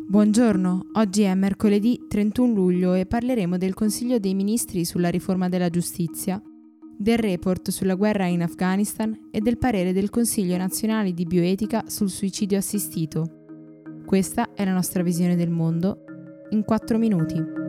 Buongiorno, oggi è mercoledì 31 luglio e parleremo del Consiglio dei Ministri sulla riforma della giustizia, del report sulla guerra in Afghanistan e del parere del Consiglio nazionale di bioetica sul suicidio assistito. Questa è la nostra visione del mondo in 4 minuti.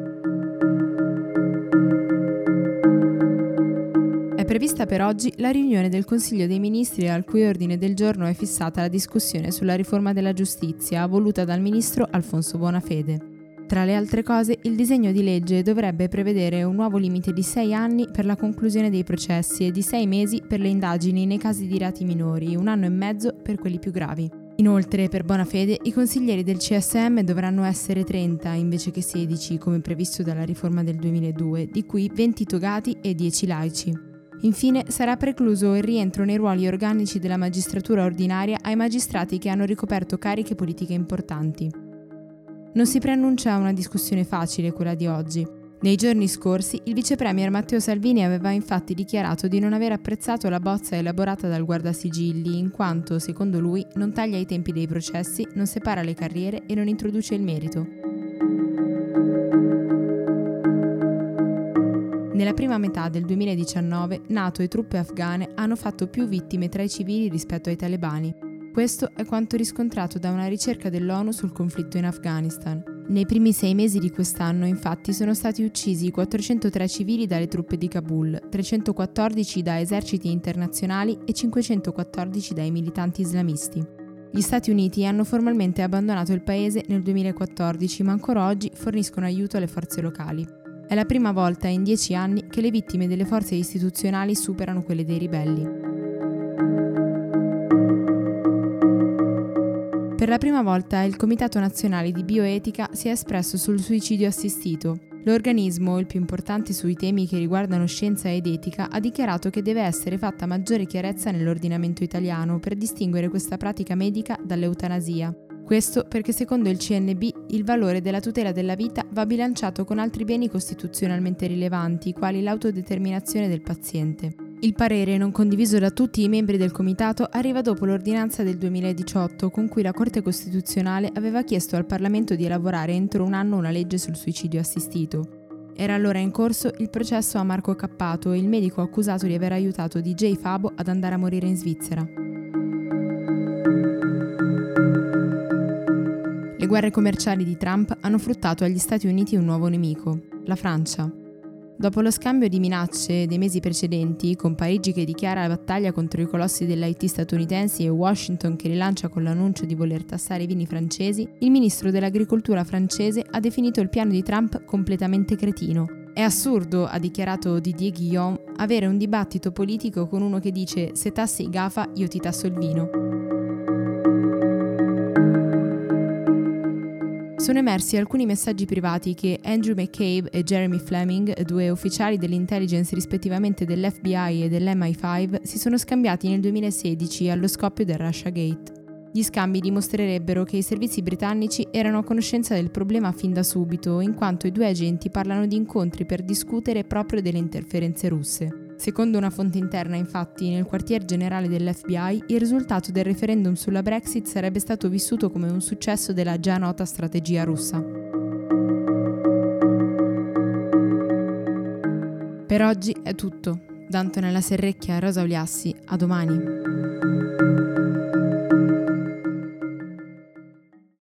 È prevista per oggi la riunione del Consiglio dei Ministri al cui ordine del giorno è fissata la discussione sulla riforma della giustizia voluta dal ministro Alfonso Bonafede. Tra le altre cose, il disegno di legge dovrebbe prevedere un nuovo limite di 6 anni per la conclusione dei processi e di 6 mesi per le indagini nei casi di reati minori, 1 anno e mezzo per quelli più gravi. Inoltre, per Bonafede, i consiglieri del CSM dovranno essere 30 invece che 16, come previsto dalla riforma del 2002, di cui 20 togati e 10 laici. Infine, sarà precluso il rientro nei ruoli organici della magistratura ordinaria ai magistrati che hanno ricoperto cariche politiche importanti. Non si preannuncia una discussione facile quella di oggi. Nei giorni scorsi, il vicepremier Matteo Salvini aveva infatti dichiarato di non aver apprezzato la bozza elaborata dal Guardasigilli, in quanto, secondo lui, non taglia i tempi dei processi, non separa le carriere e non introduce il merito. Nella prima metà del 2019, NATO e truppe afghane hanno fatto più vittime tra i civili rispetto ai talebani. Questo è quanto riscontrato da una ricerca dell'ONU sul conflitto in Afghanistan. Nei primi 6 mesi di quest'anno, infatti, sono stati uccisi 403 civili dalle truppe di Kabul, 314 da eserciti internazionali e 514 dai militanti islamisti. Gli Stati Uniti hanno formalmente abbandonato il paese nel 2014, ma ancora oggi forniscono aiuto alle forze locali. È la prima volta in 10 anni che le vittime delle forze istituzionali superano quelle dei ribelli. Per la prima volta il Comitato Nazionale di Bioetica si è espresso sul suicidio assistito. L'organismo, il più importante sui temi che riguardano scienza ed etica, ha dichiarato che deve essere fatta maggiore chiarezza nell'ordinamento italiano per distinguere questa pratica medica dall'eutanasia. Questo perché secondo il CNB il valore della tutela della vita va bilanciato con altri beni costituzionalmente rilevanti, quali l'autodeterminazione del paziente. Il parere, non condiviso da tutti i membri del comitato, arriva dopo l'ordinanza del 2018 con cui la Corte Costituzionale aveva chiesto al Parlamento di elaborare entro un anno una legge sul suicidio assistito. Era allora in corso il processo a Marco Cappato, il medico accusato di aver aiutato DJ Fabo ad andare a morire in Svizzera. Le guerre commerciali di Trump hanno fruttato agli Stati Uniti un nuovo nemico, la Francia. Dopo lo scambio di minacce dei mesi precedenti, con Parigi che dichiara la battaglia contro i colossi dell'IT statunitensi e Washington che rilancia con l'annuncio di voler tassare i vini francesi, il ministro dell'agricoltura francese ha definito il piano di Trump completamente cretino. È assurdo, ha dichiarato Didier Guillaume, avere un dibattito politico con uno che dice «se tassi i GAFA, io ti tasso il vino». Sono emersi alcuni messaggi privati che Andrew McCabe e Jeremy Fleming, 2 ufficiali dell'intelligence rispettivamente dell'FBI e dell'MI5, si sono scambiati nel 2016 allo scoppio del Russiagate. Gli scambi dimostrerebbero che i servizi britannici erano a conoscenza del problema fin da subito, in quanto i 2 agenti parlano di incontri per discutere proprio delle interferenze russe. Secondo una fonte interna, infatti, nel quartier generale dell'FBI, il risultato del referendum sulla Brexit sarebbe stato vissuto come un successo della già nota strategia russa. Per oggi è tutto. Da Antonella Serrecchia e Rosa Uliassi, a domani.